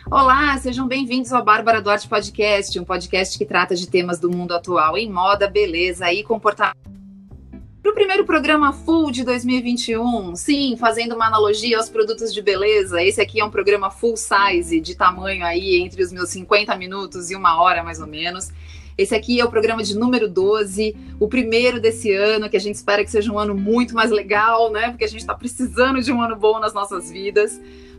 Olá, sejam bem-vindos ao Bárbara Duarte Podcast, um podcast que trata de temas do mundo atual em moda, beleza e comportamento. Para o primeiro programa full de 2021, sim, fazendo uma analogia aos produtos de beleza, esse aqui é um programa full size, de tamanho aí entre os meus 50 minutos e 1 hora, mais ou menos. Esse aqui é o programa de número 12, o primeiro desse ano, que a gente espera que seja um ano muito mais legal, né? Porque a gente está precisando de um ano bom nas nossas vidas.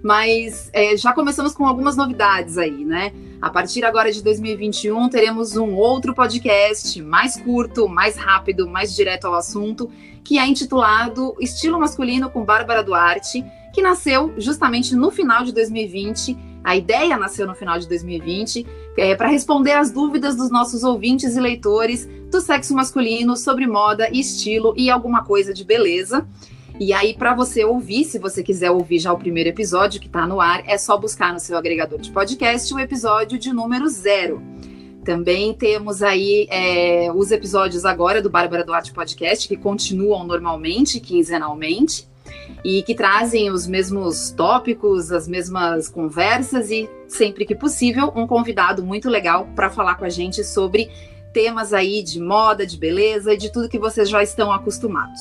Mas já começamos com algumas novidades aí, né? A partir agora de 2021, teremos um outro podcast mais curto, mais rápido, mais direto ao assunto, que é intitulado Estilo Masculino com Bárbara Duarte, que nasceu justamente no final de 2020. A ideia nasceu no final de 2020, para responder às dúvidas dos nossos ouvintes e leitores do sexo masculino sobre moda, estilo e alguma coisa de beleza. E aí, para você ouvir, se você quiser ouvir já o primeiro episódio que está no ar, é só buscar no seu agregador de podcast o episódio de número 0. Também temos aí os episódios agora do Bárbara Duarte Podcast, que continuam normalmente, quinzenalmente, e que trazem os mesmos tópicos, as mesmas conversas e, sempre que possível, um convidado muito legal para falar com a gente sobre temas aí de moda, de beleza e de tudo que vocês já estão acostumados.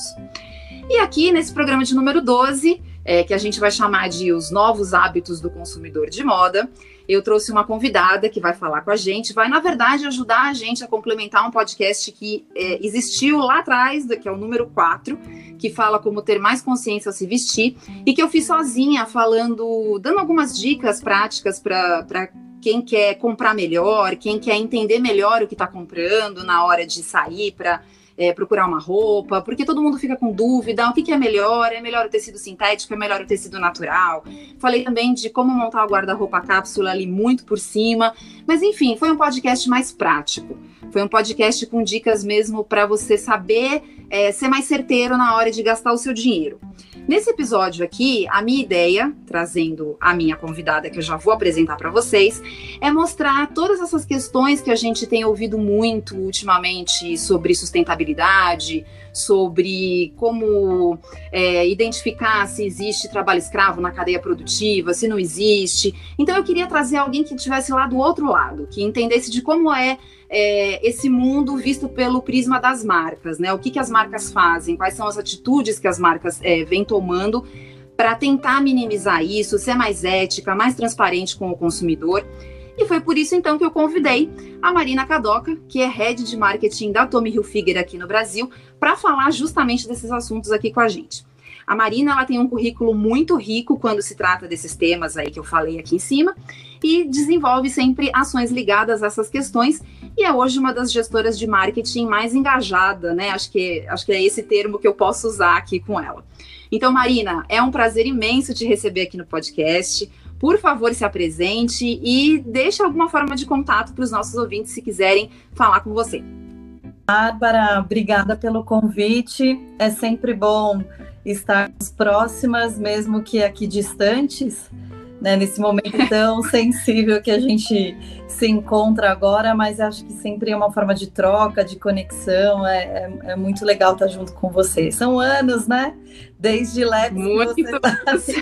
E aqui, nesse programa de número 12, que a gente vai chamar de Os Novos Hábitos do Consumidor de Moda, eu trouxe uma convidada que vai falar com a gente, vai, na verdade, ajudar a gente a complementar um podcast que existiu lá atrás, que é o número 4, que fala como ter mais consciência ao se vestir, e que eu fiz sozinha, dando algumas dicas práticas para quem quer comprar melhor, quem quer entender melhor o que está comprando na hora de sair para procurar uma roupa, porque todo mundo fica com dúvida, o que é melhor o tecido sintético, é melhor o tecido natural. Falei também de como montar o guarda-roupa cápsula ali muito por cima, mas enfim, foi um podcast mais prático, foi um podcast com dicas mesmo para você saber ser mais certeiro na hora de gastar o seu dinheiro. Nesse episódio aqui, a minha ideia, trazendo a minha convidada, que eu já vou apresentar para vocês, é mostrar todas essas questões que a gente tem ouvido muito ultimamente sobre sustentabilidade, sobre como identificar se existe trabalho escravo na cadeia produtiva, se não existe. Então eu queria trazer alguém que estivesse lá do outro lado, que entendesse de como esse mundo visto pelo prisma das marcas, né? O que as marcas fazem, quais são as atitudes que as marcas vêm tomando para tentar minimizar isso, ser mais ética, mais transparente com o consumidor. E foi por isso, então, que eu convidei a Marina Cadoca, que é Head de Marketing da Tommy Hilfiger aqui no Brasil, para falar justamente desses assuntos aqui com a gente. A Marina, ela tem um currículo muito rico quando se trata desses temas aí que eu falei aqui em cima e desenvolve sempre ações ligadas a essas questões e é hoje uma das gestoras de marketing mais engajada, né? Acho que é esse termo que eu posso usar aqui com ela. Então, Marina, é um prazer imenso te receber aqui no podcast. Por favor, se apresente e deixe alguma forma de contato para os nossos ouvintes se quiserem falar com você. Bárbara, obrigada pelo convite. É sempre bom estarmos próximas, mesmo que aqui distantes, né, nesse momento tão sensível que a gente se encontra agora, mas acho que sempre é uma forma de troca, de conexão, é muito legal estar junto com você. São anos, né? Desde Leves muito que você tá assim.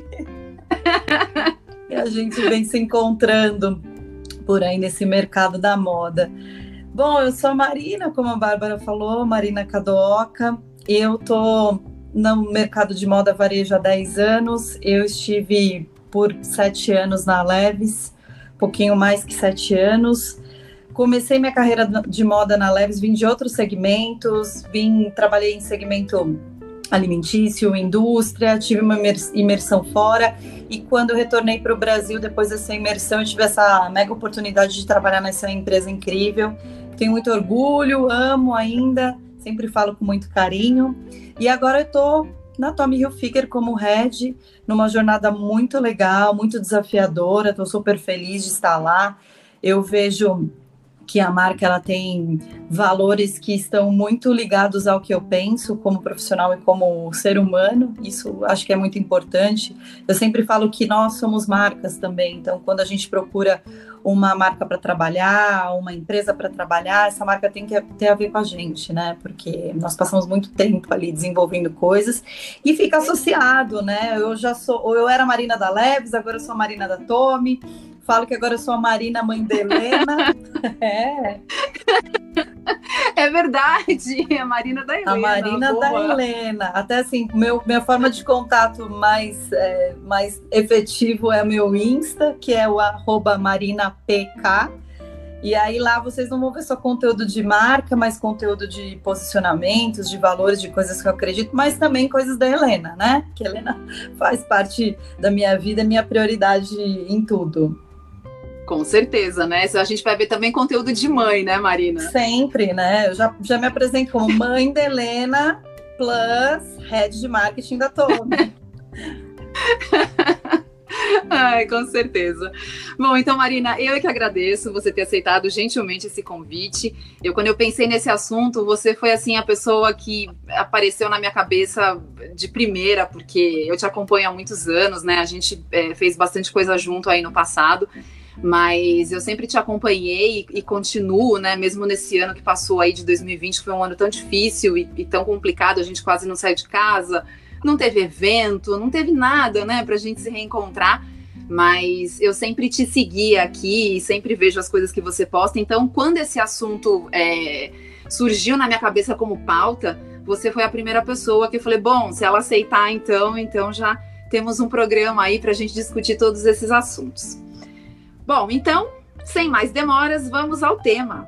E a gente vem se encontrando por aí nesse mercado da moda. Bom, eu sou a Marina, como a Bárbara falou, Marina Cadoca. Eu tô no mercado de moda varejo há 10 anos. Eu estive por 7 anos na Leves, um pouquinho mais que 7 anos. Comecei minha carreira de moda na Leves, vim de outros segmentos, trabalhei em segmento alimentício, indústria, tive uma imersão fora e quando eu retornei para o Brasil, depois dessa imersão, eu tive essa mega oportunidade de trabalhar nessa empresa incrível. Tenho muito orgulho, amo ainda, sempre falo com muito carinho. E agora eu estou na Tommy Hilfiger como head, numa jornada muito legal, muito desafiadora, estou super feliz de estar lá. Eu vejo que a marca ela tem valores que estão muito ligados ao que eu penso como profissional e como ser humano, isso acho que é muito importante. Eu sempre falo que nós somos marcas também, então quando a gente procura uma marca para trabalhar, uma empresa para trabalhar, essa marca tem que ter a ver com a gente, né? Porque nós passamos muito tempo ali desenvolvendo coisas e fica associado, né? Eu era Marina da Leves, agora eu sou a Marina da Tommy. falo que agora eu sou a Marina, mãe da Helena. É verdade, a Marina da Helena. A Marina da Helena. Até assim, minha forma de contato mais efetivo é o meu Insta, que é o @marinapk. E aí lá vocês não vão ver só conteúdo de marca, mas conteúdo de posicionamentos, de valores, de coisas que eu acredito, mas também coisas da Helena, né? Que a Helena faz parte da minha vida, é minha prioridade em tudo. Com certeza, né? A gente vai ver também conteúdo de mãe, né, Marina? Sempre, né? Eu já me apresento como mãe da Helena plus head de marketing da Tome. Ai, com certeza. Bom, então, Marina, eu é que agradeço você ter aceitado gentilmente esse convite. Quando eu pensei nesse assunto, você foi, assim, a pessoa que apareceu na minha cabeça de primeira, porque eu te acompanho há muitos anos, né? A gente fez bastante coisa junto aí no passado, mas eu sempre te acompanhei e continuo, né? Mesmo nesse ano que passou aí de 2020, que foi um ano tão difícil e tão complicado, a gente quase não saiu de casa, não teve evento, não teve nada, né, pra gente se reencontrar, mas eu sempre te segui aqui e sempre vejo as coisas que você posta, então quando esse assunto surgiu na minha cabeça como pauta, você foi a primeira pessoa que eu falei, bom, se ela aceitar então já temos um programa aí pra gente discutir todos esses assuntos. Bom, então, sem mais demoras, vamos ao tema.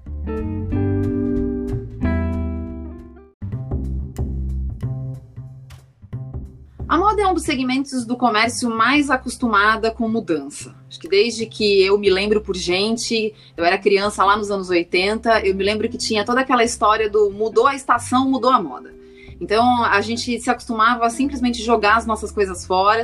A moda é um dos segmentos do comércio mais acostumada com mudança. Acho que desde que eu me lembro por gente, eu era criança lá nos anos 80, eu me lembro que tinha toda aquela história do mudou a estação, mudou a moda. Então a gente se acostumava a simplesmente jogar as nossas coisas fora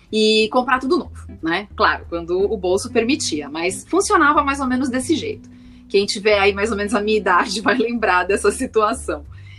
e comprar tudo novo, né? Claro, quando o bolso permitia, mas funcionava mais ou menos desse jeito. Quem tiver aí mais ou menos a minha idade vai lembrar dessa situação.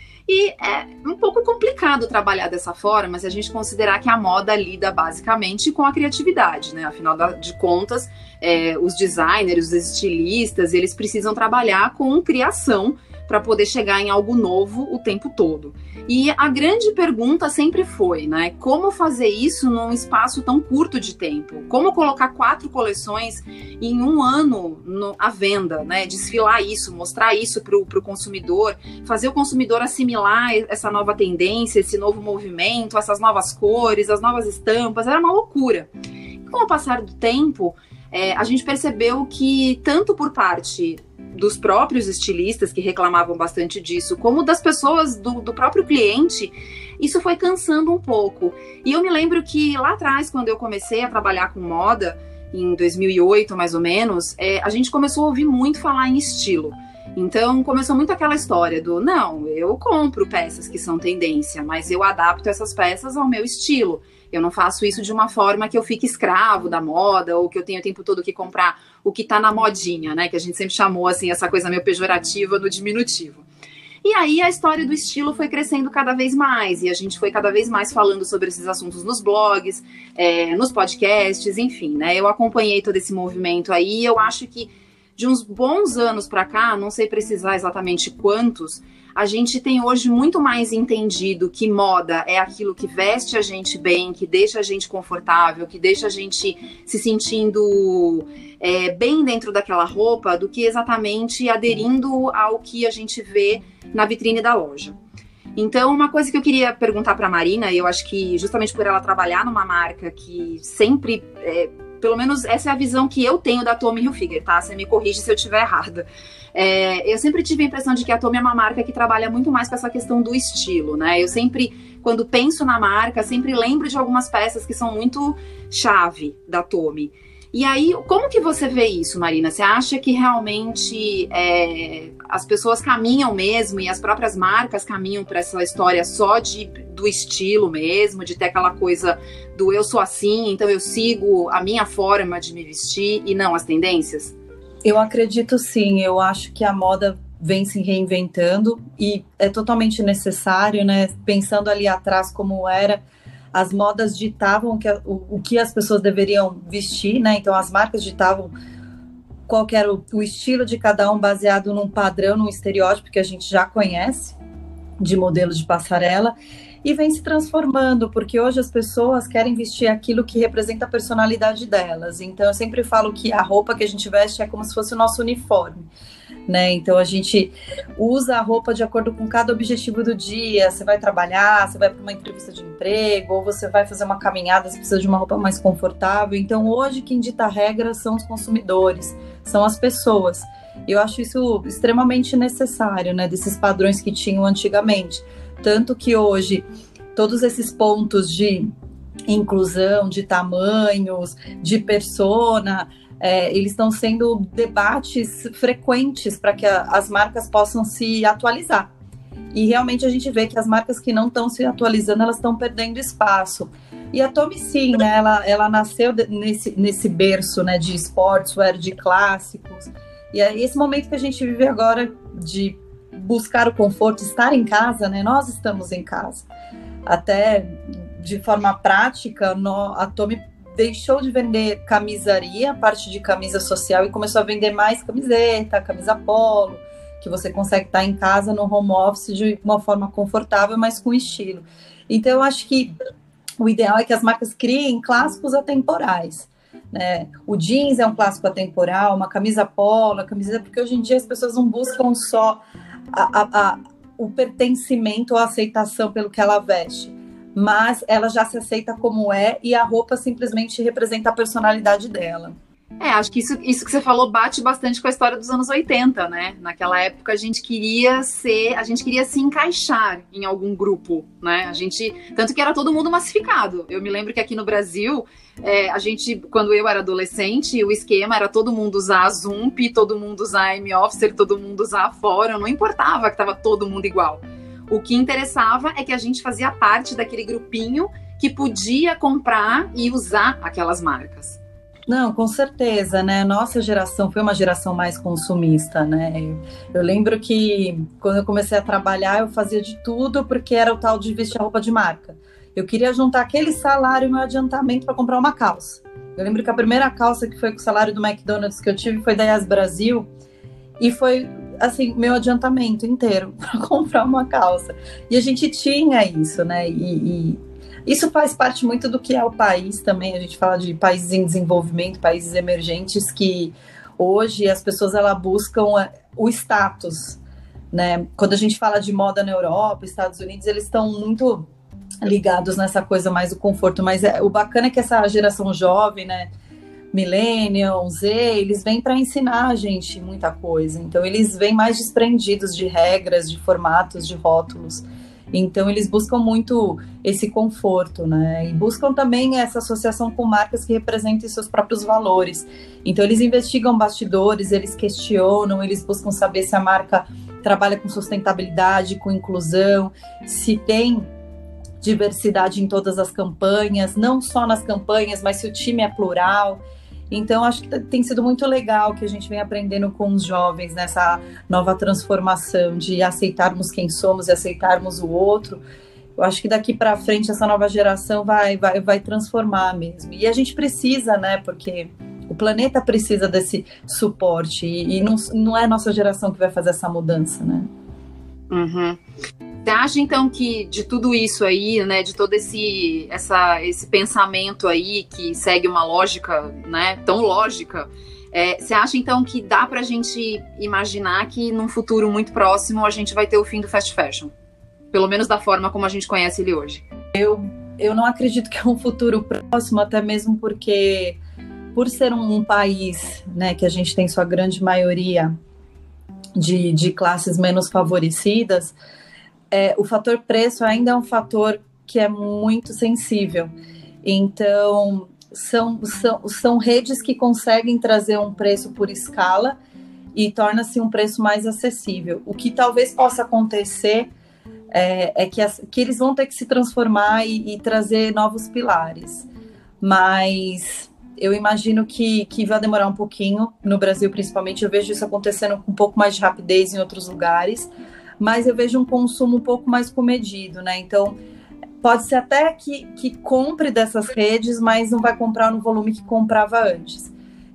E é um pouco complicado trabalhar dessa forma se a gente considerar que a moda lida basicamente com a criatividade, né? Afinal de contas, os designers, os estilistas, eles precisam trabalhar com criação para poder chegar em algo novo o tempo todo. E a grande pergunta sempre foi, né? Como fazer isso num espaço tão curto de tempo? Como colocar 4 coleções em um ano à venda, né? Desfilar isso, mostrar isso para o consumidor, fazer o consumidor assimilar essa nova tendência, esse novo movimento, essas novas cores, as novas estampas, era uma loucura. E com o passar do tempo, a gente percebeu que tanto por parte dos próprios estilistas, que reclamavam bastante disso, como das pessoas do próprio cliente, isso foi cansando um pouco. E eu me lembro que lá atrás, quando eu comecei a trabalhar com moda, em 2008 mais ou menos, a gente começou a ouvir muito falar em estilo. Então começou muito aquela história do, não, eu compro peças que são tendência, mas eu adapto essas peças ao meu estilo. Eu não faço isso de uma forma que eu fique escravo da moda ou que eu tenha o tempo todo que comprar o que tá na modinha, né? Que a gente sempre chamou, assim, essa coisa meio pejorativa no diminutivo. E aí a história do estilo foi crescendo cada vez mais e a gente foi cada vez mais falando sobre esses assuntos nos blogs, nos podcasts, enfim, né? Eu acompanhei todo esse movimento aí e eu acho que de uns bons anos para cá, não sei precisar exatamente quantos, a gente tem hoje muito mais entendido que moda é aquilo que veste a gente bem, que deixa a gente confortável, que deixa a gente se sentindo bem dentro daquela roupa, do que exatamente aderindo ao que a gente vê na vitrine da loja. Então, uma coisa que eu queria perguntar para a Marina, e eu acho que justamente por ela trabalhar numa marca que sempre... pelo menos essa é a visão que eu tenho da Tommy Hilfiger, tá? Você me corrige se eu estiver errada. Eu sempre tive a impressão de que a Tommy é uma marca que trabalha muito mais com essa questão do estilo, né? Eu sempre, quando penso na marca, sempre lembro de algumas peças que são muito chave da Tommy. E aí, como que você vê isso, Marina? Você acha que realmente as pessoas caminham mesmo e as próprias marcas caminham para essa história só do estilo mesmo, de ter aquela coisa do eu sou assim, então eu sigo a minha forma de me vestir e não as tendências? Eu acredito sim, eu acho que a moda vem se reinventando e é totalmente necessário, né? Pensando ali atrás como era, as modas ditavam o que as pessoas deveriam vestir, né? Então as marcas ditavam qual que era o estilo de cada um baseado num padrão, num estereótipo que a gente já conhece de modelo de passarela. e vem se transformando, porque hoje as pessoas querem vestir aquilo que representa a personalidade delas. Então eu sempre falo que a roupa que a gente veste é como se fosse o nosso uniforme, né? Então a gente usa a roupa de acordo com cada objetivo do dia. Você vai trabalhar, você vai para uma entrevista de emprego, ou você vai fazer uma caminhada, você precisa de uma roupa mais confortável. Então hoje quem dita a regra são os consumidores, são as pessoas. Eu acho isso extremamente necessário, né, desses padrões que tinham antigamente. Tanto que hoje todos esses pontos de inclusão, de tamanhos, de persona, eles estão sendo debates frequentes para que as marcas possam se atualizar. E realmente a gente vê que as marcas que não estão se atualizando, elas estão perdendo espaço. E a Tommy, sim, né, ela nasceu nesse berço, né, de sportswear, de clássicos. E é esse momento que a gente vive agora de buscar o conforto, estar em casa, né? Nós estamos em casa. Até de forma prática, a Tommy deixou de vender camisaria, parte de camisa social, e começou a vender mais camiseta, camisa polo, que você consegue estar em casa no home office de uma forma confortável, mas com estilo. Então, eu acho que o ideal é que as marcas criem clássicos atemporais, né? O jeans é um clássico atemporal, uma camisa polo, porque hoje em dia as pessoas não buscam só o pertencimento ou a aceitação pelo que ela veste, mas ela já se aceita como é, e a roupa simplesmente representa a personalidade dela. Acho que isso que você falou bate bastante com a história dos anos 80, né? Naquela época a gente queria se encaixar em algum grupo, né? Tanto que era todo mundo massificado. Eu me lembro que aqui no Brasil, quando eu era adolescente, o esquema era todo mundo usar a Zump, todo mundo usar a M-Officer, todo mundo usar a Fórum, não importava que estava todo mundo igual. O que interessava é que a gente fazia parte daquele grupinho que podia comprar e usar aquelas marcas. Não, com certeza, né? Nossa geração foi uma geração mais consumista, né? Eu lembro que quando eu comecei a trabalhar, eu fazia de tudo porque era o tal de vestir roupa de marca. Eu queria juntar aquele salário e meu adiantamento para comprar uma calça. Eu lembro que a primeira calça que foi com o salário do McDonald's que eu tive foi da Yas Brasil, e foi, assim, meu adiantamento inteiro para comprar uma calça. E a gente tinha isso, né? E isso faz parte muito do que é o país também. A gente fala de países em desenvolvimento, países emergentes, que hoje as pessoas buscam o status, né? Quando a gente fala de moda na Europa, Estados Unidos, eles estão muito ligados nessa coisa mais do conforto. Mas o bacana é que essa geração jovem, né, Millennial, Z, eles vêm para ensinar a gente muita coisa. Então eles vêm mais desprendidos de regras, de formatos, de rótulos. Então, eles buscam muito esse conforto, né? E buscam também essa associação com marcas que representem seus próprios valores. Então, eles investigam bastidores, eles questionam, eles buscam saber se a marca trabalha com sustentabilidade, com inclusão, se tem diversidade em todas as campanhas, não só nas campanhas, mas se o time é plural. Então, acho que tem sido muito legal que a gente vem aprendendo com os jovens nessa nova transformação de aceitarmos quem somos e aceitarmos o outro. Eu acho que daqui para frente essa nova geração vai transformar mesmo. E a gente precisa, né? Porque o planeta precisa desse suporte e não é a nossa geração que vai fazer essa mudança, né? Uhum. Você acha, então, que de tudo isso aí, né, de todo esse pensamento aí que segue uma lógica, né, tão lógica, você acha, então, que dá pra gente imaginar que num futuro muito próximo a gente vai ter o fim do fast fashion? Pelo menos da forma como a gente conhece ele hoje. Eu não acredito que é um futuro próximo, até mesmo porque, por ser um país, né, que a gente tem sua grande maioria de classes menos favorecidas, o fator preço ainda é um fator que é muito sensível. Então, são redes que conseguem trazer um preço por escala e torna-se um preço mais acessível. O que talvez possa acontecer é que eles vão ter que se transformar e trazer novos pilares. Mas eu imagino que vai demorar um pouquinho, no Brasil principalmente. Eu vejo isso acontecendo com um pouco mais de rapidez em outros lugares, mas eu vejo um consumo um pouco mais comedido, né? Então, pode ser até que compre dessas redes, mas não vai comprar no volume que comprava antes.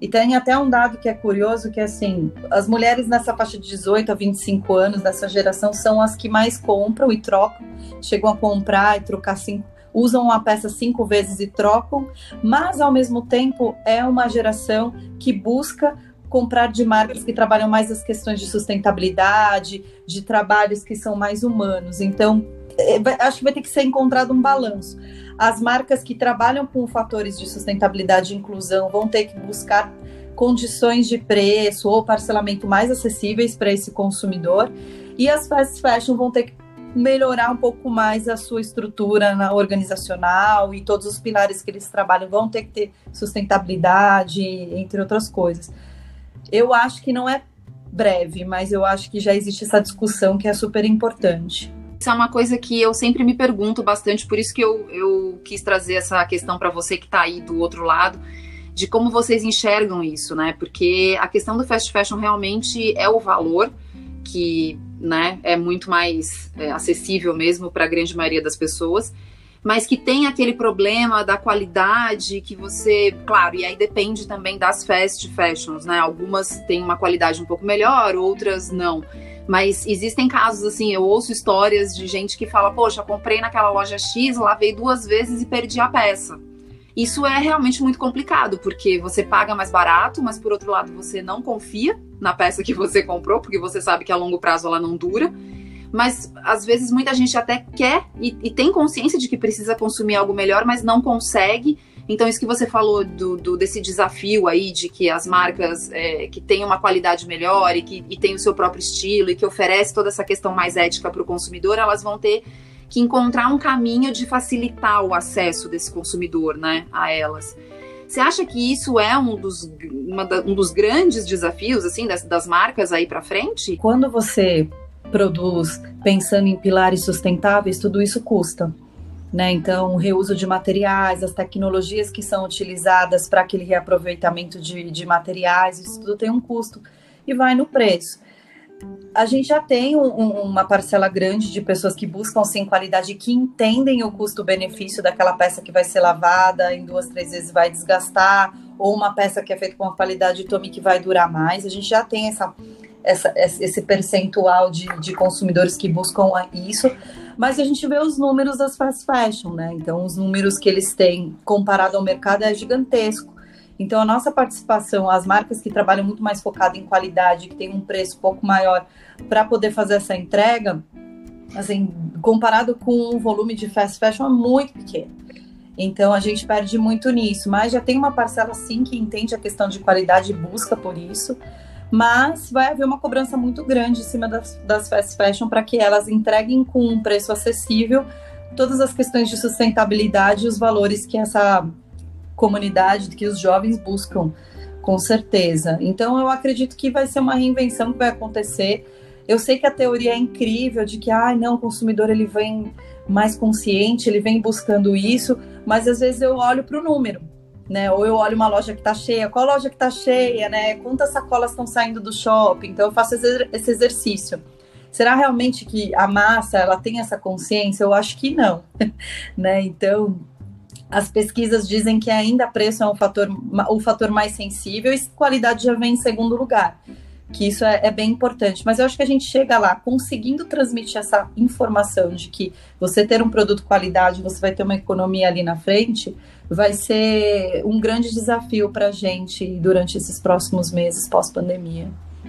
E tem até um dado que é curioso, que é assim, as mulheres nessa faixa de 18 a 25 anos, dessa geração, são as que mais compram e trocam, chegam a comprar e trocar usam uma peça 5 vezes e trocam, mas ao mesmo tempo é uma geração que busca comprar de marcas que trabalham mais as questões de sustentabilidade, de trabalhos que são mais humanos. Então, acho que vai ter que ser encontrado um balanço. As marcas que trabalham com fatores de sustentabilidade e inclusão vão ter que buscar condições de preço ou parcelamento mais acessíveis para esse consumidor, e as fast fashion vão ter que melhorar um pouco mais a sua estrutura organizacional, e todos os pilares que eles trabalham vão ter que ter sustentabilidade, entre outras coisas. Eu acho que não é breve, mas eu acho que já existe essa discussão que é super importante. Isso é uma coisa que eu sempre me pergunto bastante, por isso que eu quis trazer essa questão para você que está aí do outro lado, de como vocês enxergam isso, né? Porque a questão do fast fashion realmente é o valor que, né, é muito mais acessível mesmo para a grande maioria das pessoas, mas que tem aquele problema da qualidade que você, claro, e aí depende também das fast fashions, né? Algumas têm uma qualidade um pouco melhor, outras não. Mas existem casos assim, eu ouço histórias de gente que fala, poxa, comprei naquela loja X, lavei 2 vezes e perdi a peça. Isso é realmente muito complicado, porque você paga mais barato, mas por outro lado você não confia na peça que você comprou, porque você sabe que a longo prazo ela não dura. Mas às vezes muita gente até quer e tem consciência de que precisa consumir algo melhor, mas não consegue. Então isso que você falou desse desafio aí de que as marcas que têm uma qualidade melhor e têm o seu próprio estilo e que oferece toda essa questão mais ética para o consumidor, elas vão ter que encontrar um caminho de facilitar o acesso desse consumidor, né, a elas. Você acha que isso é um dos grandes desafios assim das marcas aí para frente? Quando você produz pensando em pilares sustentáveis, tudo isso custa, né? Então, o reuso de materiais, as tecnologias que são utilizadas para aquele reaproveitamento de materiais, isso tudo tem um custo e vai no preço. A gente já tem uma parcela grande de pessoas que buscam sim qualidade, que entendem o custo-benefício daquela peça que vai ser lavada, em 2, 3 vezes vai desgastar, ou uma peça que é feita com uma qualidade tome que vai durar mais. A gente já tem esse percentual de consumidores que buscam isso, mas a gente vê os números das fast fashion, né? Então, os números que eles têm comparado ao mercado é gigantesco. Então, a nossa participação, as marcas que trabalham muito mais focado em qualidade, que tem um preço um pouco maior para poder fazer essa entrega, assim, comparado com o volume de fast fashion, é muito pequeno. Então, a gente perde muito nisso, mas já tem uma parcela, sim, que entende a questão de qualidade e busca por isso, mas vai haver uma cobrança muito grande em cima das fast fashion para que elas entreguem com um preço acessível todas as questões de sustentabilidade e os valores que essa comunidade, que os jovens buscam, com certeza. Então, eu acredito que vai ser uma reinvenção que vai acontecer. Eu sei que a teoria é incrível de que, não, o consumidor ele vem mais consciente, ele vem buscando isso, mas às vezes eu olho para o número, né? Ou eu olho uma loja que está cheia, qual loja que está cheia, né? Quantas sacolas estão saindo do shopping? Então, eu faço esse exercício. Será realmente que a massa, ela tem essa consciência? Eu acho que não, né? Então, as pesquisas dizem que ainda preço é o fator mais sensível, e qualidade já vem em segundo lugar, que isso é bem importante. Mas eu acho que a gente chega lá conseguindo transmitir essa informação de que você ter um produto qualidade, você vai ter uma economia ali na frente, vai ser um grande desafio para a gente durante esses próximos meses pós-pandemia.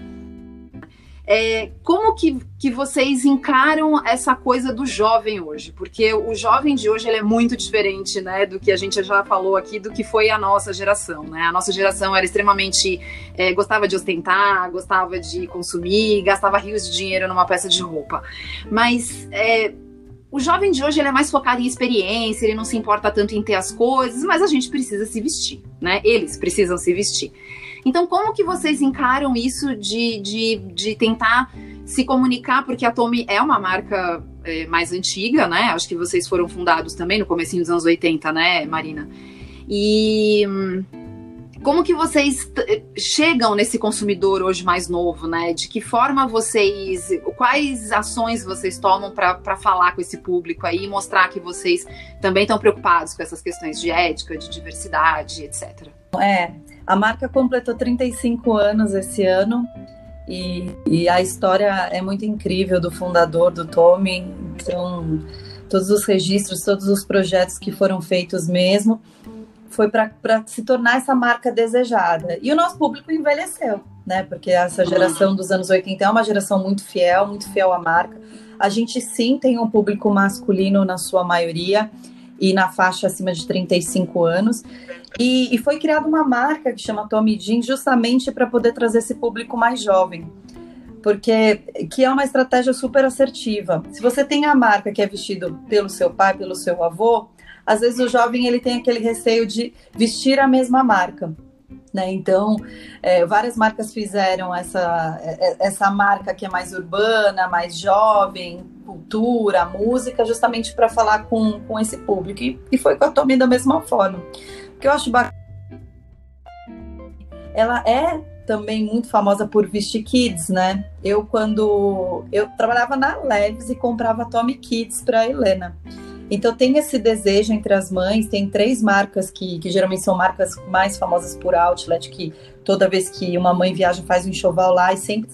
Como que vocês encaram essa coisa do jovem hoje? Porque o jovem de hoje ele é muito diferente, né, do que a gente já falou aqui, do que foi a nossa geração, né? A nossa geração era extremamente... gostava de ostentar, gostava de consumir, gastava rios de dinheiro numa peça de roupa. Mas o jovem de hoje ele é mais focado em experiência, ele não se importa tanto em ter as coisas, mas a gente precisa se vestir, né? Eles precisam se vestir. Então, como que vocês encaram isso de tentar se comunicar? Porque a Tommy é uma marca mais antiga, né? Acho que vocês foram fundados também no comecinho dos anos 80, né, Marina? E como que vocês chegam nesse consumidor hoje mais novo, né? De que forma quais ações vocês tomam para falar com esse público aí e mostrar que vocês também estão preocupados com essas questões de ética, de diversidade, etc.? A marca completou 35 anos esse ano e a história é muito incrível do fundador, do Tommy. Então, todos os registros, todos os projetos que foram feitos mesmo, foi para se tornar essa marca desejada. E o nosso público envelheceu, né? Porque essa geração dos anos 80 é uma geração muito fiel à marca. A gente sim tem um público masculino na sua maioria e na faixa acima de 35 anos. E foi criada uma marca que chama Tommy Jeans justamente para poder trazer esse público mais jovem. Porque que é uma estratégia super assertiva. Se você tem a marca que é vestido pelo seu pai, pelo seu avô, às vezes o jovem ele tem aquele receio de vestir a mesma marca, né? Então, várias marcas fizeram essa marca que é mais urbana, mais jovem, cultura, música, justamente para falar com esse público. E foi com a Tommy da mesma forma. O que eu acho bacana, ela é também muito famosa por vestir kids, né? Quando eu trabalhava na Leves e comprava Tommy Kids para a Helena. Então tem esse desejo entre as mães, tem 3 marcas que geralmente são marcas mais famosas por outlet, que toda vez que uma mãe viaja faz um enxoval lá e sempre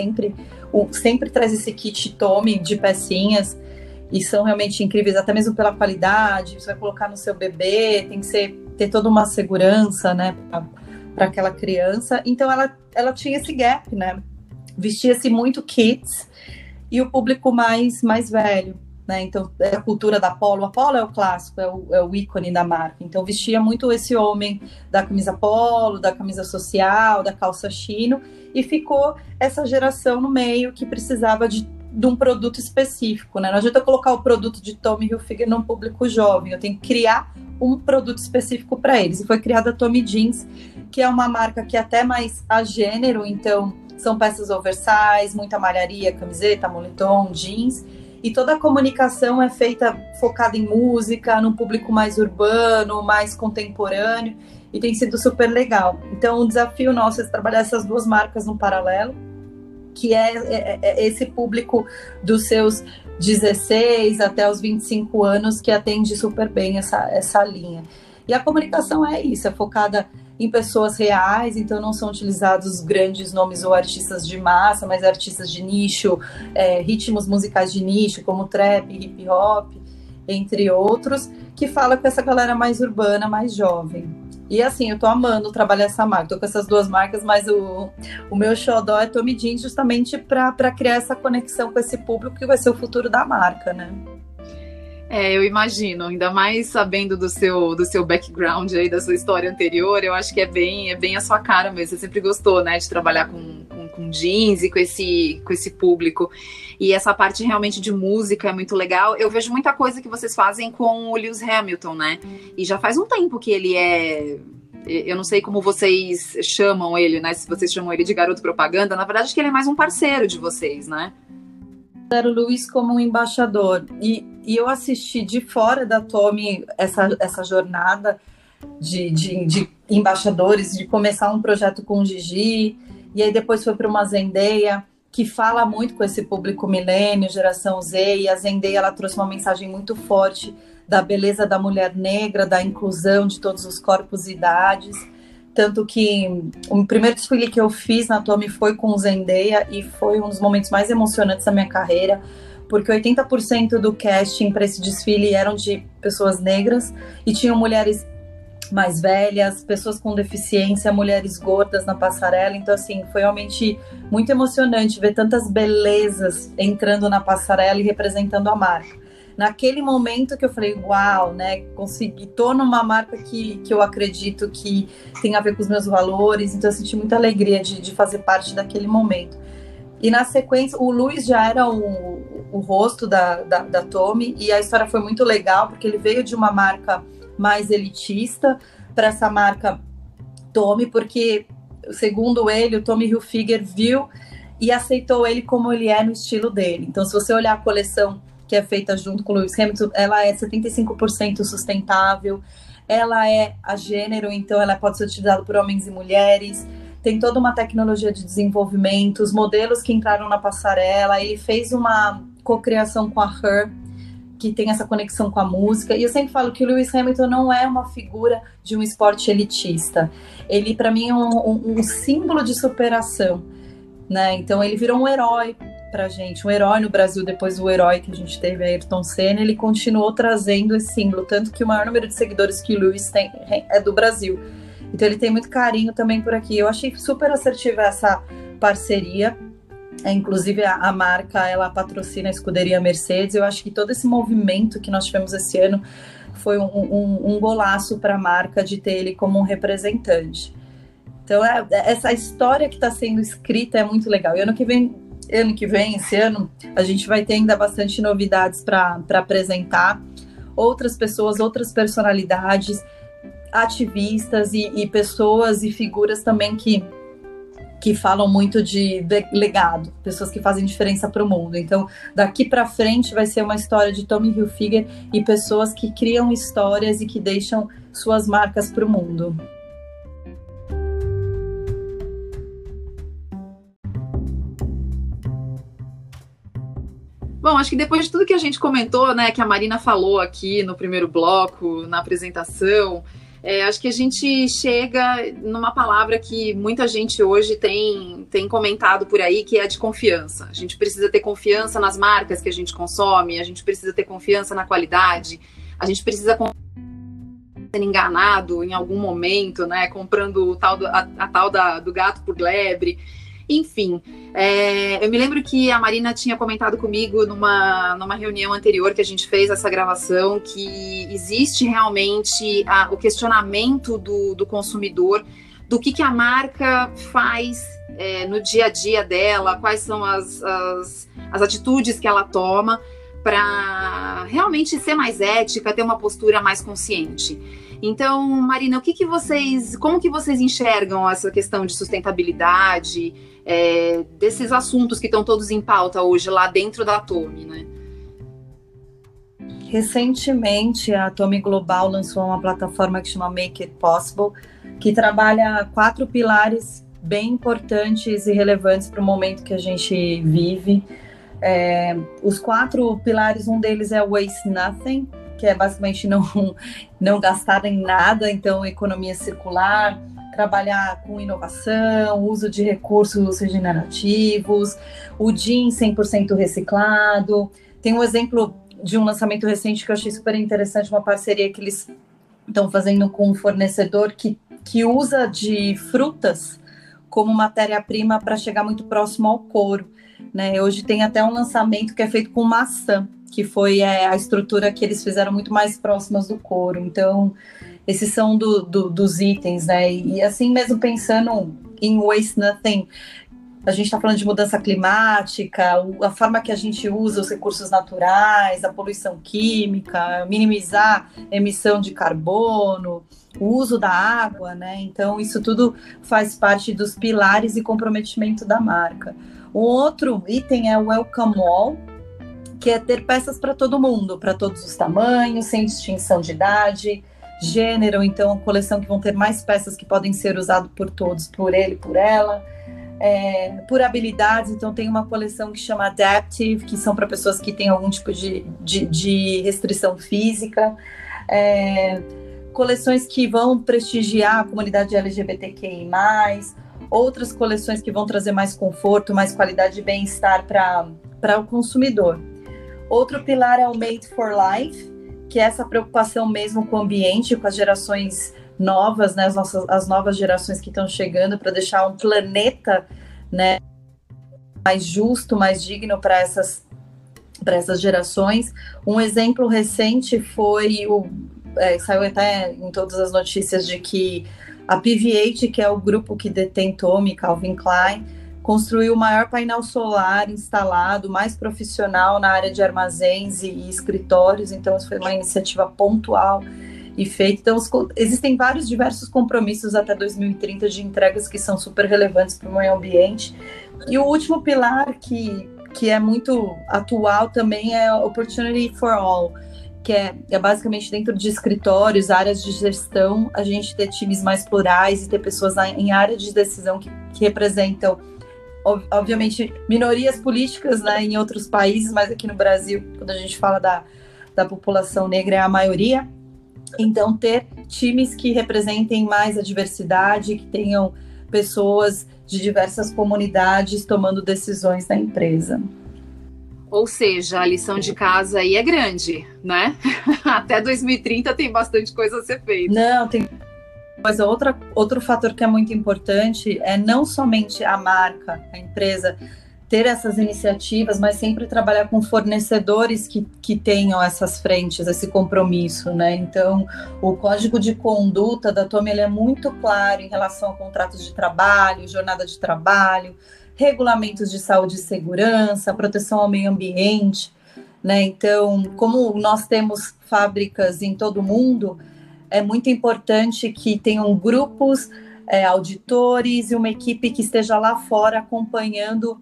traz esse kit Tommy de pecinhas, e são realmente incríveis, até mesmo pela qualidade. Você vai colocar no seu bebê, tem que ter toda uma segurança, né, para aquela criança. Então ela tinha esse gap, né, vestia-se muito kids e o público mais velho, né? Então, a cultura da Polo. A Polo é o clássico, é o ícone da marca. Então, vestia muito esse homem da camisa Polo, da camisa social, da calça chino, e ficou essa geração no meio que precisava de um produto específico, né? Não adianta eu colocar o produto de Tommy Hilfiger num público jovem, eu tenho que criar um produto específico para eles. E foi criada a Tommy Jeans, que é uma marca que é até mais a gênero, então são peças oversize, muita malharia, camiseta, moletom, jeans. E toda a comunicação é feita focada em música, num público mais urbano, mais contemporâneo, e tem sido super legal. Então, o desafio nosso é trabalhar essas 2 marcas no paralelo, que é esse público dos seus 16 até os 25 anos, que atende super bem essa linha. E a comunicação é isso, é focada em pessoas reais, então não são utilizados grandes nomes ou artistas de massa, mas artistas de nicho, ritmos musicais de nicho, como trap, hip hop, entre outros, que fala com essa galera mais urbana, mais jovem. E assim, eu tô amando trabalhar essa marca, tô com essas 2 marcas, mas o meu xodó é Tommy Jeans, justamente para criar essa conexão com esse público que vai ser o futuro da marca, né? Eu imagino, ainda mais sabendo do seu background aí, da sua história anterior, eu acho que é bem a sua cara mesmo. Você sempre gostou, né, de trabalhar com jeans e com esse público. E essa parte realmente de música é muito legal. Eu vejo muita coisa que vocês fazem com o Lewis Hamilton, né? E já faz um tempo que ele é... Eu não sei como vocês chamam ele, né? Se vocês chamam ele de garoto propaganda, na verdade acho que ele é mais um parceiro de vocês, né? Era o Luiz como um embaixador, e eu assisti de fora da Tommy essa jornada de embaixadores, de começar um projeto com o Gigi, e aí depois foi para uma Zendaya, que fala muito com esse público milênio, geração Z, e a Zendaya ela trouxe uma mensagem muito forte da beleza da mulher negra, da inclusão de todos os corpos e idades. Tanto que o primeiro desfile que eu fiz na Tommy foi com Zendaya e foi um dos momentos mais emocionantes da minha carreira, porque 80% do casting para esse desfile eram de pessoas negras e tinham mulheres mais velhas, pessoas com deficiência, mulheres gordas na passarela. Então, assim, foi realmente muito emocionante ver tantas belezas entrando na passarela e representando a marca. Naquele momento que eu falei, uau, né, consegui, tô numa marca que eu acredito que tem a ver com os meus valores, então eu senti muita alegria de fazer parte daquele momento. E na sequência, o Luiz já era o rosto da Tommy, e a história foi muito legal, porque ele veio de uma marca mais elitista para essa marca Tommy, porque, segundo ele, o Tommy Hilfiger viu e aceitou ele como ele é no estilo dele. Então, se você olhar a coleção que é feita junto com o Lewis Hamilton, ela é 75% sustentável, ela é a gênero, então ela pode ser utilizada por homens e mulheres, tem toda uma tecnologia de desenvolvimento, os modelos que entraram na passarela, ele fez uma cocriação com a Her, que tem essa conexão com a música. E eu sempre falo que o Lewis Hamilton não é uma figura de um esporte elitista. Ele, para mim, é um símbolo de superação, né? Então, ele virou um herói pra gente, um herói no Brasil, depois do herói que a gente teve, Ayrton Senna. Ele continuou trazendo esse símbolo, tanto que o maior número de seguidores que o Lewis tem é do Brasil. Então, ele tem muito carinho também por aqui. Eu achei super assertiva essa parceria. Inclusive a marca, ela patrocina a escuderia Mercedes. Eu acho que todo esse movimento que nós tivemos esse ano foi um golaço para a marca de ter ele como um representante. Então essa história que está sendo escrita é muito legal. E ano que vem, esse ano, a gente vai ter ainda bastante novidades para apresentar. Outras pessoas, outras personalidades, ativistas e pessoas e figuras também que falam muito de legado, pessoas que fazem diferença para o mundo. Então, daqui para frente vai ser uma história de Tommy Hilfiger e pessoas que criam histórias e que deixam suas marcas para o mundo. Bom, acho que depois de tudo que a gente comentou, né, que a Marina falou aqui no primeiro bloco, na apresentação, acho que a gente chega numa palavra que muita gente hoje tem comentado por aí, que é a de confiança. A gente precisa ter confiança nas marcas que a gente consome, a gente precisa ter confiança na qualidade, a gente precisa ser enganado em algum momento, né, comprando a tal do gato por lebre. Enfim, eu me lembro que a Marina tinha comentado comigo numa reunião anterior que a gente fez essa gravação, que existe realmente o questionamento do consumidor, do que a marca faz no dia a dia dela, quais são as atitudes que ela toma para realmente ser mais ética, ter uma postura mais consciente. Então, Marina, como que vocês enxergam essa questão de sustentabilidade, desses assuntos que estão todos em pauta hoje lá dentro da Tommy, né? Recentemente, a Tommy Global lançou uma plataforma que chama Make It Possible, que trabalha 4 pilares bem importantes e relevantes para o momento que a gente vive. Os 4 pilares, um deles é Waste Nothing, que é basicamente não gastar em nada, então economia circular, trabalhar com inovação, uso de recursos regenerativos, o jeans 100% reciclado. Tem um exemplo de um lançamento recente que eu achei super interessante, uma parceria que eles estão fazendo com um fornecedor que usa de frutas como matéria-prima para chegar muito próximo ao couro, né? Hoje tem até um lançamento que é feito com maçã, que foi a estrutura que eles fizeram muito mais próximas do couro. Então, esses são dos itens, né? E assim mesmo pensando em Waste Nothing, a gente está falando de mudança climática, a forma que a gente usa os recursos naturais, a poluição química, minimizar a emissão de carbono, o uso da água, né? Então, isso tudo faz parte dos pilares e comprometimento da marca. Um outro item é o Welcome All, que é ter peças para todo mundo, para todos os tamanhos, sem distinção de idade, gênero. Então, a coleção que vão ter mais peças que podem ser usadas por todos, por ele, por ela. Por habilidades, então tem uma coleção que chama Adaptive, que são para pessoas que têm algum tipo de restrição física. Coleções que vão prestigiar a comunidade LGBTQI+, outras coleções que vão trazer mais conforto, mais qualidade e bem-estar para o consumidor. Outro pilar é o Made for Life, que é essa preocupação mesmo com o ambiente, com as gerações novas, né, as novas gerações que estão chegando, para deixar um planeta, né, mais justo, mais digno para essas gerações. Um exemplo recente foi saiu até em todas as notícias de que a PVH, que é o grupo que detém Tommy, Calvin Klein, construiu o maior painel solar instalado, mais profissional na área de armazéns e escritórios. Então, isso foi uma iniciativa pontual e feita. Então, existem diversos compromissos até 2030 de entregas que são super relevantes para o meio ambiente. E o último pilar, que é muito atual também, é Opportunity for All, que é basicamente dentro de escritórios, áreas de gestão, a gente ter times mais plurais e ter pessoas em área de decisão que representam, obviamente, minorias políticas, né, em outros países, mas aqui no Brasil, quando a gente fala da população negra é a maioria. Então, ter times que representem mais a diversidade, que tenham pessoas de diversas comunidades tomando decisões na empresa. Ou seja, a lição de casa aí é grande, né? Até 2030 tem bastante coisa a ser feita. Não, tem coisa. Outro fator que é muito importante é não somente a marca, a empresa, ter essas iniciativas, mas sempre trabalhar com fornecedores que tenham essas frentes, esse compromisso, né? Então, o código de conduta da TOMI ele é muito claro em relação a contratos de trabalho, jornada de trabalho, regulamentos de saúde e segurança, proteção ao meio ambiente, né? Então, como nós temos fábricas em todo o mundo, é muito importante que tenham grupos, auditores e uma equipe que esteja lá fora acompanhando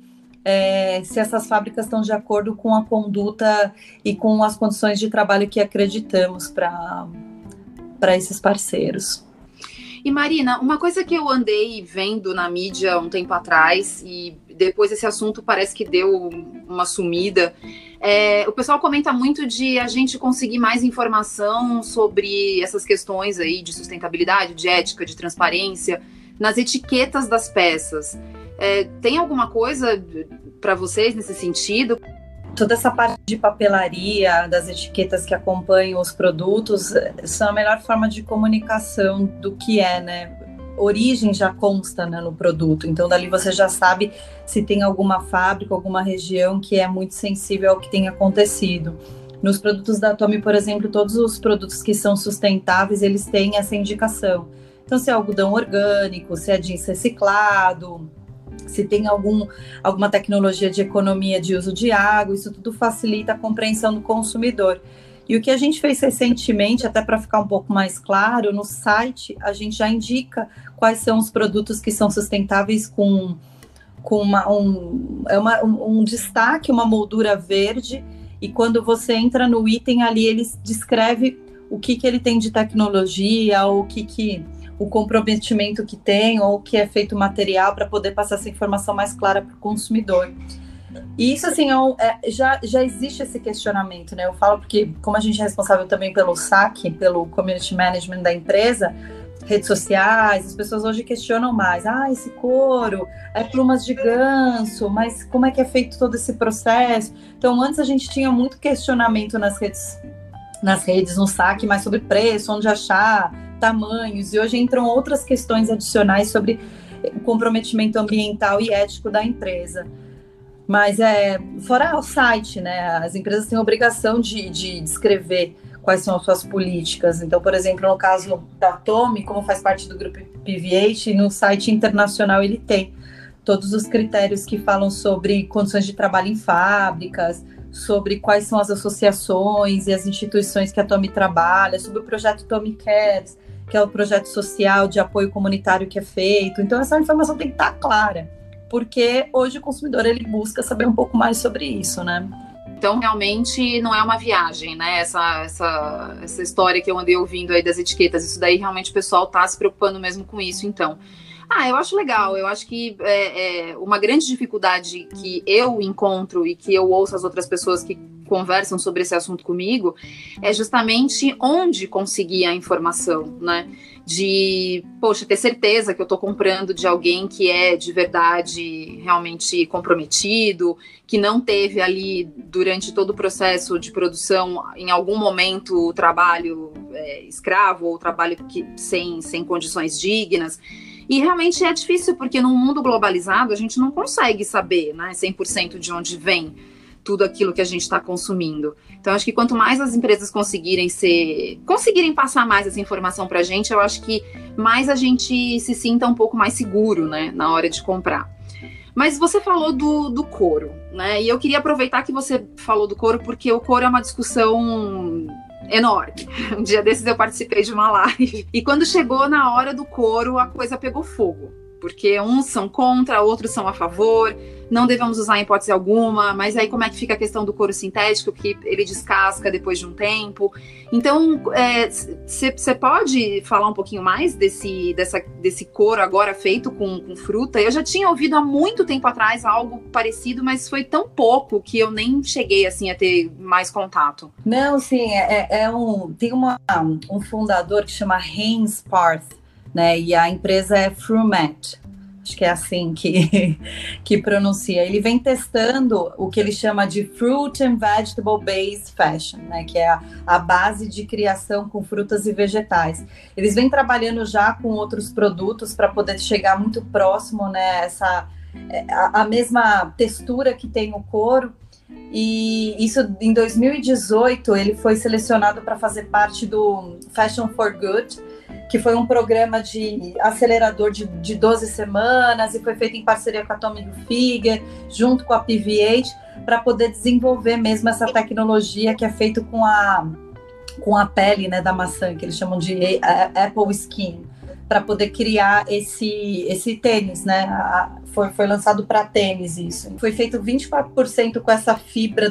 se essas fábricas estão de acordo com a conduta e com as condições de trabalho que acreditamos para esses parceiros. E Marina, uma coisa que eu andei vendo na mídia um tempo atrás, e depois esse assunto parece que deu uma sumida, o pessoal comenta muito de a gente conseguir mais informação sobre essas questões aí de sustentabilidade, de ética, de transparência, nas etiquetas das peças. Tem alguma coisa para vocês nesse sentido? Toda essa parte de papelaria, das etiquetas que acompanham os produtos, são a melhor forma de comunicação do que né? Origem já consta, né, no produto, então dali você já sabe se tem alguma fábrica, alguma região que é muito sensível ao que tem acontecido. Nos produtos da TOMI, por exemplo, todos os produtos que são sustentáveis, eles têm essa indicação. Então, se é algodão orgânico, se é jeans reciclado, se tem alguma tecnologia de economia de uso de água, isso tudo facilita a compreensão do consumidor. E o que a gente fez recentemente, até para ficar um pouco mais claro, no site a gente já indica quais são os produtos que são sustentáveis com um destaque, uma moldura verde, e quando você entra no item ali, ele descreve o que ele tem de tecnologia, ou o comprometimento que tem, ou o que é feito material, para poder passar essa informação mais clara para o consumidor. E isso, assim, já existe esse questionamento, né? Eu falo porque, como a gente é responsável também pelo SAC, pelo Community Management da empresa, redes sociais, as pessoas hoje questionam mais. Esse couro, plumas de ganso, mas como é que é feito todo esse processo? Então, antes a gente tinha muito questionamento nas redes, no SAC, mais sobre preço, onde achar, tamanhos, e hoje entram outras questões adicionais sobre o comprometimento ambiental e ético da empresa. Mas fora o site, né? As empresas têm a obrigação de descrever quais são as suas políticas. Então, por exemplo, no caso da TOMI, como faz parte do grupo PVH, no site internacional ele tem todos os critérios que falam sobre condições de trabalho em fábricas, sobre quais são as associações e as instituições que a TOMI trabalha, sobre o projeto TOMI Cares, que é o projeto social de apoio comunitário que é feito. Então, essa informação tem que estar clara, porque hoje o consumidor ele busca saber um pouco mais sobre isso, né? Então, realmente não é uma viagem, né? Essa história que eu andei ouvindo aí das etiquetas, isso daí realmente o pessoal tá se preocupando mesmo com isso, então. Eu acho legal, eu acho que uma grande dificuldade que eu encontro e que eu ouço as outras pessoas que conversam sobre esse assunto comigo é justamente onde conseguir a informação, né? De, ter certeza que eu estou comprando de alguém que é de verdade realmente comprometido, que não teve ali durante todo o processo de produção, em algum momento, o trabalho escravo ou trabalho sem condições dignas. E realmente é difícil, porque num mundo globalizado a gente não consegue saber, né, 100% de onde vem tudo aquilo que a gente está consumindo. Então, acho que quanto mais as empresas conseguirem passar mais essa informação para a gente, eu acho que mais a gente se sinta um pouco mais seguro, né, na hora de comprar. Mas você falou do couro, né? E eu queria aproveitar que você falou do couro, porque o couro é uma discussão enorme. Um dia desses eu participei de uma live e quando chegou na hora do couro, a coisa pegou fogo. porque uns são contra, outros são a favor, não devemos usar em hipótese alguma, mas aí como é que fica a questão do couro sintético, que ele descasca depois de um tempo. Então, você pode falar um pouquinho mais desse couro agora feito com fruta? Eu já tinha ouvido há muito tempo atrás algo parecido, mas foi tão pouco que eu nem cheguei assim a ter mais contato. Não, sim, tem um fundador que chama Heinz Parth, né? E a empresa é Frumat. Acho que é assim que pronuncia. Ele vem testando o que ele chama de Fruit and Vegetable Based Fashion, né, que é a base de criação com frutas e vegetais. Eles vêm trabalhando já com outros produtos para poder chegar muito próximo, né, a mesma textura que tem o couro. E isso, em 2018, ele foi selecionado para fazer parte do Fashion for Good, que foi um programa de acelerador de 12 semanas e foi feito em parceria com a Tommy Hilfiger, junto com a PVH, para poder desenvolver mesmo essa tecnologia que é feito com a pele, né, da maçã, que eles chamam de Apple Skin, para poder criar esse tênis, né? Foi lançado para tênis isso. Foi feito 24% com essa fibra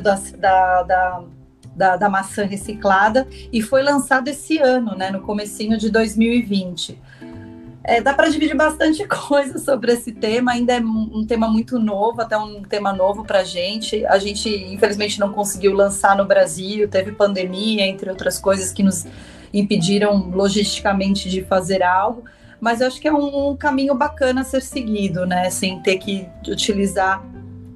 da maçã reciclada e foi lançado esse ano, né, no comecinho de 2020. Dá para dividir bastante coisa sobre esse tema, ainda é um tema muito novo, até um tema novo para a gente, infelizmente não conseguiu lançar no Brasil, teve pandemia, entre outras coisas que nos impediram logisticamente de fazer algo, mas eu acho que é um caminho bacana a ser seguido, né, sem ter que utilizar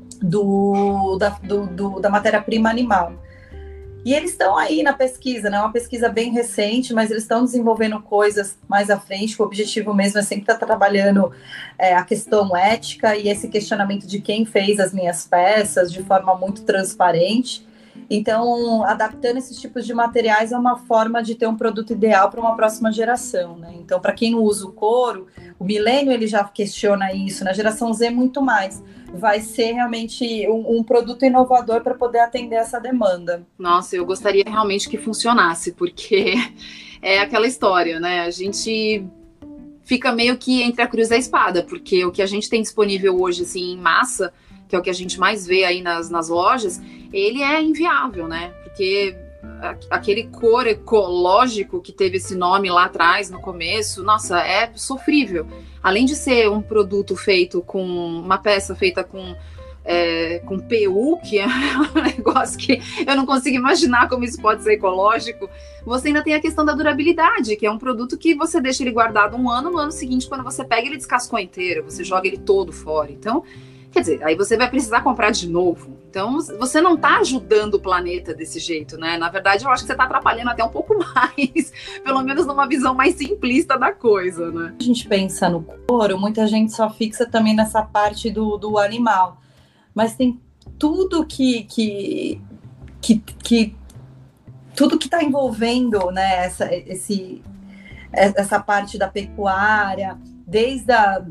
da matéria-prima animal. E eles estão aí na pesquisa, né? É uma pesquisa bem recente, mas eles estão desenvolvendo coisas mais à frente. O objetivo mesmo é sempre estar trabalhando a questão ética e esse questionamento de quem fez as minhas peças de forma muito transparente. Então, adaptando esses tipos de materiais é uma forma de ter um produto ideal para uma próxima geração, né? Então, para quem não usa o couro, o milênio ele já questiona isso, na geração Z muito mais. Vai ser realmente um produto inovador para poder atender essa demanda. Nossa, eu gostaria realmente que funcionasse, porque é aquela história, né? A gente fica meio que entre a cruz e a espada, porque o que a gente tem disponível hoje, assim, em massa, que é o que a gente mais vê aí nas lojas, ele é inviável, né? Porque aquele couro ecológico que teve esse nome lá atrás, no começo, nossa, é sofrível. Além de ser um produto feito com uma peça feita com PU, que é um negócio que eu não consigo imaginar como isso pode ser ecológico, você ainda tem a questão da durabilidade, que é um produto que você deixa ele guardado um ano, no ano seguinte, quando você pega, ele descascou inteiro, você joga ele todo fora. Então, quer dizer, aí você vai precisar comprar de novo. Então, você não está ajudando o planeta desse jeito, né? Na verdade, eu acho que você está atrapalhando até um pouco mais, pelo menos numa visão mais simplista da coisa, né? A gente pensa no couro, muita gente só fixa também nessa parte do animal. Mas tem tudo tudo que está envolvendo, né, essa parte da pecuária, desde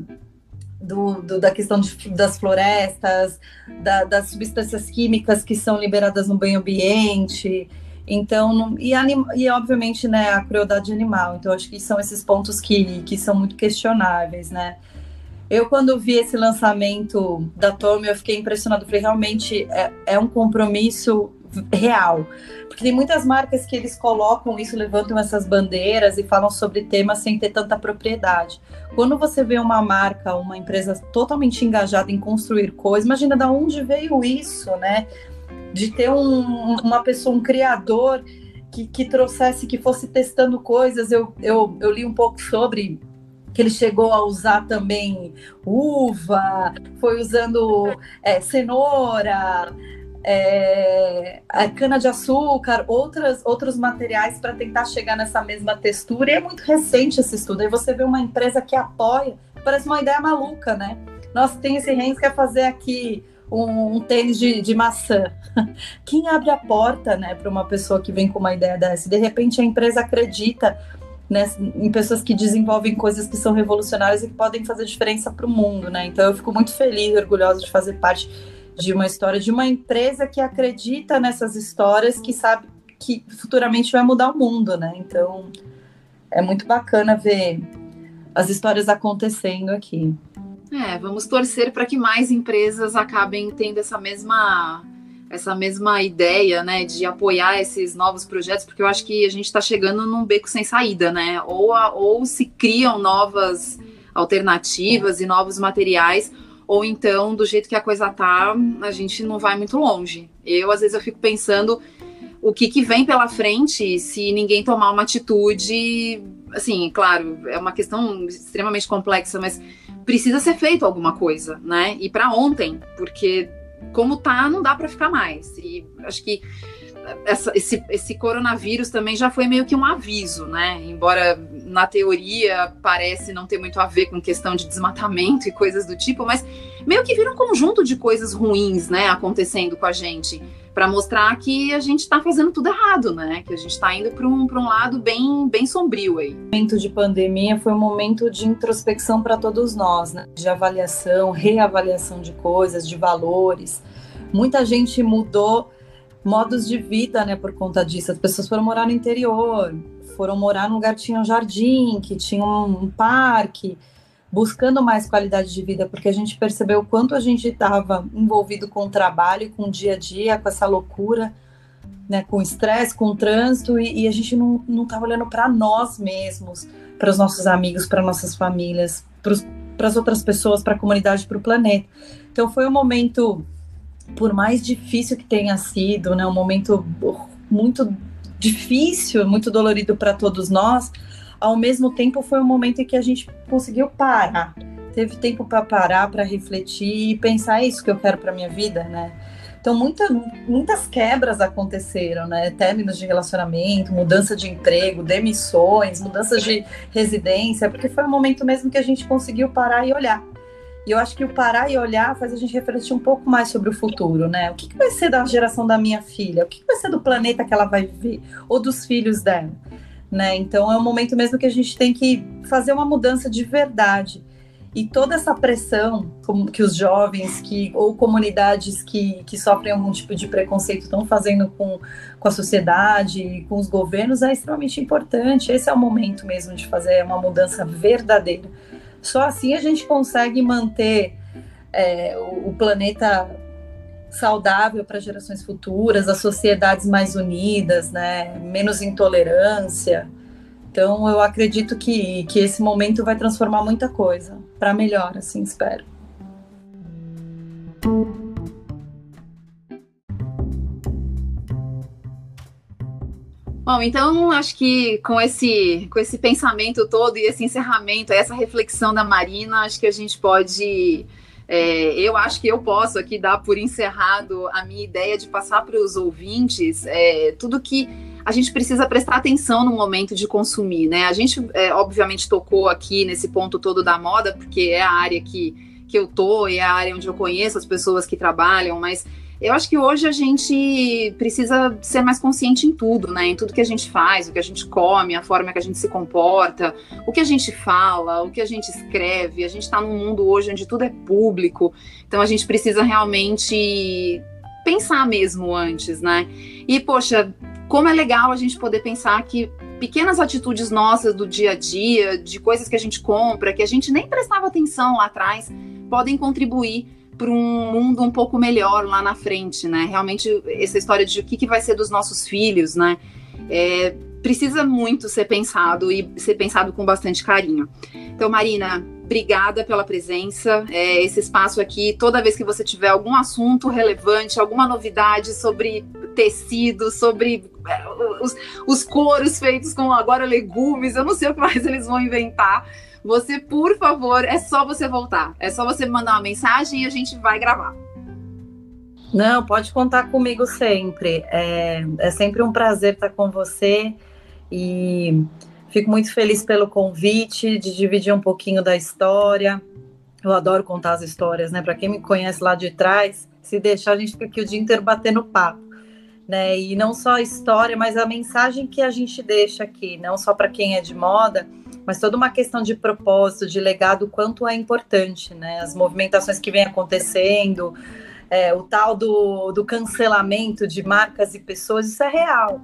da questão das florestas, das substâncias químicas que são liberadas no meio ambiente, então, e obviamente, né, a crueldade animal. Então, acho que são esses pontos que são muito questionáveis, né. Eu, quando vi esse lançamento da Tommy, eu fiquei impressionada, falei, realmente é um compromisso real, porque tem muitas marcas que eles colocam isso, levantam essas bandeiras e falam sobre temas sem ter tanta propriedade. Quando você vê uma marca, uma empresa totalmente engajada em construir coisas, imagina de onde veio isso, né? De ter uma pessoa, um criador que trouxesse, que fosse testando coisas. Eu li um pouco sobre que ele chegou a usar também uva, foi usando cenoura, a cana-de-açúcar, outros materiais para tentar chegar nessa mesma textura, e é muito recente esse estudo. Aí você vê uma empresa que apoia, parece uma ideia maluca, né? Nossa, tem esse Heinz que quer fazer aqui um tênis de maçã. Quem abre a porta, né, para uma pessoa que vem com uma ideia dessa? De repente a empresa acredita, né, em pessoas que desenvolvem coisas que são revolucionárias e que podem fazer diferença para o mundo, né? Então eu fico muito feliz e orgulhosa de fazer parte de uma história de uma empresa que acredita nessas histórias, que sabe que futuramente vai mudar o mundo, né? Então é muito bacana ver as histórias acontecendo aqui. Vamos torcer para que mais empresas acabem tendo essa mesma ideia, né, de apoiar esses novos projetos, porque eu acho que a gente está chegando num beco sem saída, né? Ou se criam novas alternativas e novos materiais, ou então, do jeito que a coisa tá, a gente não vai muito longe. Às vezes, eu fico pensando o que vem pela frente se ninguém tomar uma atitude, assim, claro, é uma questão extremamente complexa, mas precisa ser feito alguma coisa, né? E para ontem, porque como tá, não dá para ficar mais. E acho que esse coronavírus também já foi meio que um aviso, né? Embora na teoria parece não ter muito a ver com questão de desmatamento e coisas do tipo, mas meio que vira um conjunto de coisas ruins, né, acontecendo com a gente, para mostrar que a gente está fazendo tudo errado, né? Que a gente está indo para um lado bem sombrio aí. O momento de pandemia foi um momento de introspecção para todos nós, né? De avaliação, reavaliação de coisas, de valores. Muita gente mudou modos de vida, né, por conta disso. As pessoas foram morar no interior, foram morar num lugar que tinha um jardim, que tinha um parque, buscando mais qualidade de vida, porque a gente percebeu o quanto a gente estava envolvido com o trabalho, com o dia a dia, com essa loucura, né, com o estresse, com o trânsito, e a gente não estava olhando para nós mesmos, para os nossos amigos, para nossas famílias, para as outras pessoas, para a comunidade, para o planeta. Então foi um momento, por mais difícil que tenha sido, né, um momento muito difícil, muito dolorido para todos nós, ao mesmo tempo foi um momento em que a gente conseguiu parar, teve tempo para parar, para refletir e pensar, é isso que eu quero para minha vida, né? Então muitas quebras aconteceram, né? Términos de relacionamento, mudança de emprego, demissões, mudanças de residência, porque foi um momento mesmo que a gente conseguiu parar e olhar. E eu acho que o parar e olhar faz a gente refletir um pouco mais sobre o futuro, né? O que vai ser da geração da minha filha? O que vai ser do planeta que ela vai viver? Ou dos filhos dela? Né? Então é um momento mesmo que a gente tem que fazer uma mudança de verdade. E toda essa pressão que os jovens ou comunidades que sofrem algum tipo de preconceito estão fazendo com a sociedade, com os governos, é extremamente importante. Esse é o momento mesmo de fazer uma mudança verdadeira. Só assim a gente consegue manter o planeta saudável para gerações futuras, as sociedades mais unidas, né? Menos intolerância. Então eu acredito que esse momento vai transformar muita coisa para melhor, assim, espero. Bom, então acho que com esse pensamento todo e esse encerramento, essa reflexão da Marina, acho que a gente pode... eu acho que eu posso aqui dar por encerrado a minha ideia de passar para os ouvintes tudo que a gente precisa prestar atenção no momento de consumir, né? A gente, obviamente, tocou aqui nesse ponto todo da moda, porque é a área que eu tô, é a área onde eu conheço as pessoas que trabalham, mas eu acho que hoje a gente precisa ser mais consciente em tudo, né? Em tudo que a gente faz, o que a gente come, a forma que a gente se comporta, o que a gente fala, o que a gente escreve. A gente está num mundo hoje onde tudo é público, então a gente precisa realmente pensar mesmo antes, né? E, poxa, como é legal a gente poder pensar que pequenas atitudes nossas do dia a dia, de coisas que a gente compra, que a gente nem prestava atenção lá atrás, podem contribuir para um mundo um pouco melhor lá na frente, né? Realmente, essa história de o que vai ser dos nossos filhos, né? Precisa muito ser pensado e ser pensado com bastante carinho. Então, Marina, obrigada pela presença. Esse espaço aqui, toda vez que você tiver algum assunto relevante, alguma novidade sobre tecido, sobre os couros feitos com agora legumes, eu não sei o que mais eles vão inventar. Você, por favor, é só você voltar. É só você me mandar uma mensagem e a gente vai gravar. Não, pode contar comigo sempre. É sempre um prazer estar com você e fico muito feliz pelo convite, de dividir um pouquinho da história. Eu adoro contar as histórias, né? Para quem me conhece lá de trás, se deixar, a gente fica aqui o dia inteiro batendo papo, né? E não só a história, mas a mensagem que a gente deixa aqui, não só para quem é de moda, mas toda uma questão de propósito, de legado, o quanto é importante, né? As movimentações que vêm acontecendo, o tal do cancelamento de marcas e pessoas, isso é real,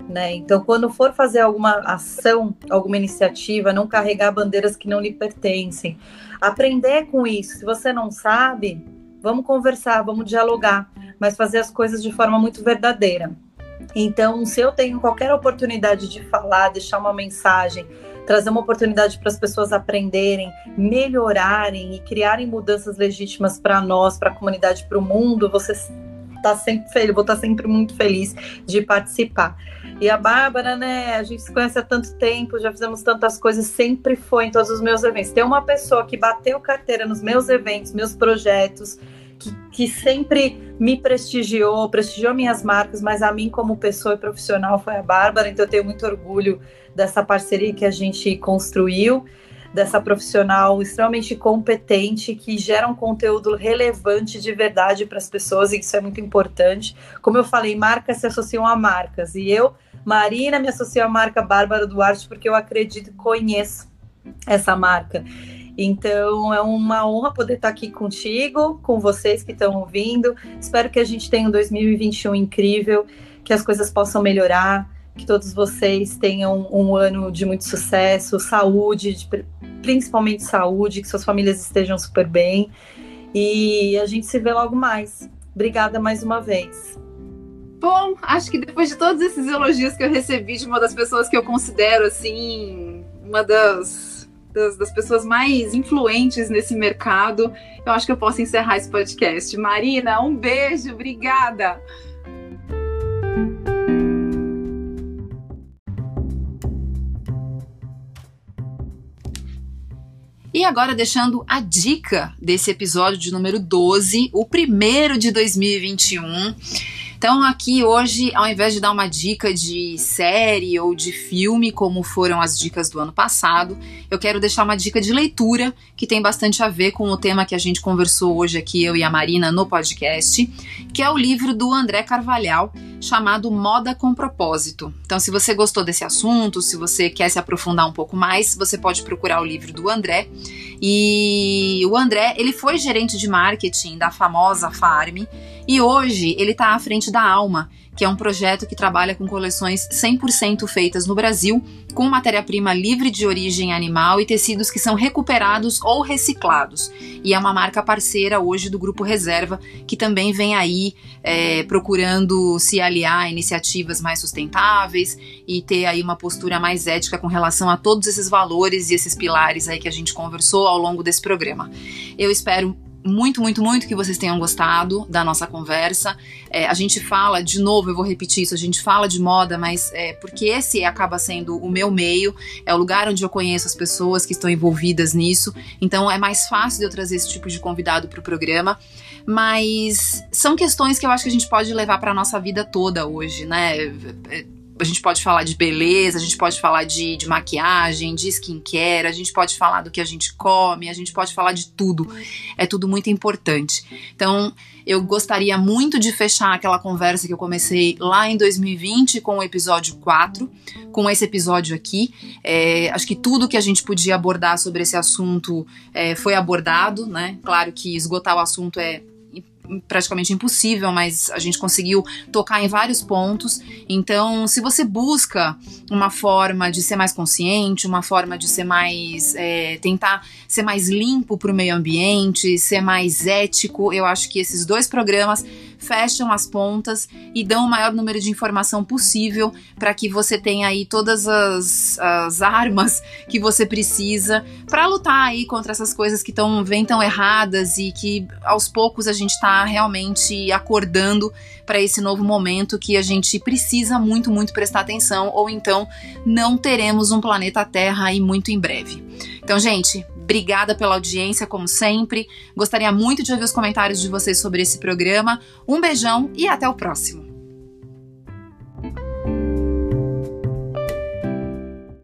né? Então, quando for fazer alguma ação, alguma iniciativa, não carregar bandeiras que não lhe pertencem. Aprender com isso. Se você não sabe, vamos conversar, vamos dialogar, mas fazer as coisas de forma muito verdadeira. Então, se eu tenho qualquer oportunidade de falar, deixar uma mensagem, trazer uma oportunidade para as pessoas aprenderem, melhorarem e criarem mudanças legítimas para nós, para a comunidade, para o mundo, vou estar sempre muito feliz de participar. E a Bárbara, né, a gente se conhece há tanto tempo, já fizemos tantas coisas, sempre foi em todos os meus eventos. Tem uma pessoa que bateu carteira nos meus eventos, meus projetos, que sempre me prestigiou minhas marcas, mas a mim como pessoa e profissional foi a Bárbara, então eu tenho muito orgulho dessa parceria que a gente construiu, dessa profissional extremamente competente, que gera um conteúdo relevante de verdade para as pessoas, e isso é muito importante. Como eu falei, marcas se associam a marcas, e eu, Marina, me associo à marca Bárbara Duarte, porque eu acredito e conheço essa marca. Então, é uma honra poder estar aqui contigo, com vocês que estão ouvindo. Espero que a gente tenha um 2021 incrível, que as coisas possam melhorar, que todos vocês tenham um ano de muito sucesso, saúde, principalmente saúde, que suas famílias estejam super bem. E a gente se vê logo mais. Obrigada mais uma vez. Bom, acho que depois de todos esses elogios que eu recebi de uma das pessoas que eu considero, assim, uma das pessoas mais influentes nesse mercado, eu acho que eu posso encerrar esse podcast. Marina, um beijo, obrigada! E agora deixando a dica desse episódio de número 12, o primeiro de 2021. Então aqui hoje, ao invés de dar uma dica de série ou de filme, como foram as dicas do ano passado, eu quero deixar uma dica de leitura que tem bastante a ver com o tema que a gente conversou hoje aqui, eu e a Marina, no podcast, que é o livro do André Carvalhal, chamado Moda com Propósito. Então, se você gostou desse assunto, se você quer se aprofundar um pouco mais, você pode procurar o livro do André. E o André, ele foi gerente de marketing da famosa Farm, e hoje ele está à frente da Alma, que é um projeto que trabalha com coleções 100% feitas no Brasil, com matéria-prima livre de origem animal e tecidos que são recuperados ou reciclados. E é uma marca parceira hoje do Grupo Reserva, que também vem aí procurando se aliar a iniciativas mais sustentáveis e ter aí uma postura mais ética com relação a todos esses valores e esses pilares aí que a gente conversou ao longo desse programa. Eu espero muito, muito, muito que vocês tenham gostado da nossa conversa. A gente fala, de novo, eu vou repetir isso, a gente fala de moda, mas porque esse acaba sendo o meu meio, é o lugar onde eu conheço as pessoas que estão envolvidas nisso, então é mais fácil de eu trazer esse tipo de convidado para o programa, mas são questões que eu acho que a gente pode levar para a nossa vida toda hoje, né? A gente pode falar de beleza, a gente pode falar de maquiagem, de skincare, a gente pode falar do que a gente come, a gente pode falar de tudo. É tudo muito importante. Então, eu gostaria muito de fechar aquela conversa que eu comecei lá em 2020 com o episódio 4, com esse episódio aqui. Acho que tudo que a gente podia abordar sobre esse assunto foi abordado, né? Claro que esgotar o assunto é praticamente impossível, mas a gente conseguiu tocar em vários pontos. Então, se você busca uma forma de ser mais consciente, uma forma de ser mais, tentar ser mais limpo para o meio ambiente, ser mais ético, eu acho que esses 2 programas fecham as pontas e dão o maior número de informação possível para que você tenha aí todas as armas que você precisa para lutar aí contra essas coisas que vêm tão erradas e que aos poucos a gente está realmente acordando para esse novo momento que a gente precisa muito, muito prestar atenção, ou então não teremos um planeta Terra aí muito em breve. Então, gente, obrigada pela audiência, como sempre. Gostaria muito de ouvir os comentários de vocês sobre esse programa. Um beijão e até o próximo.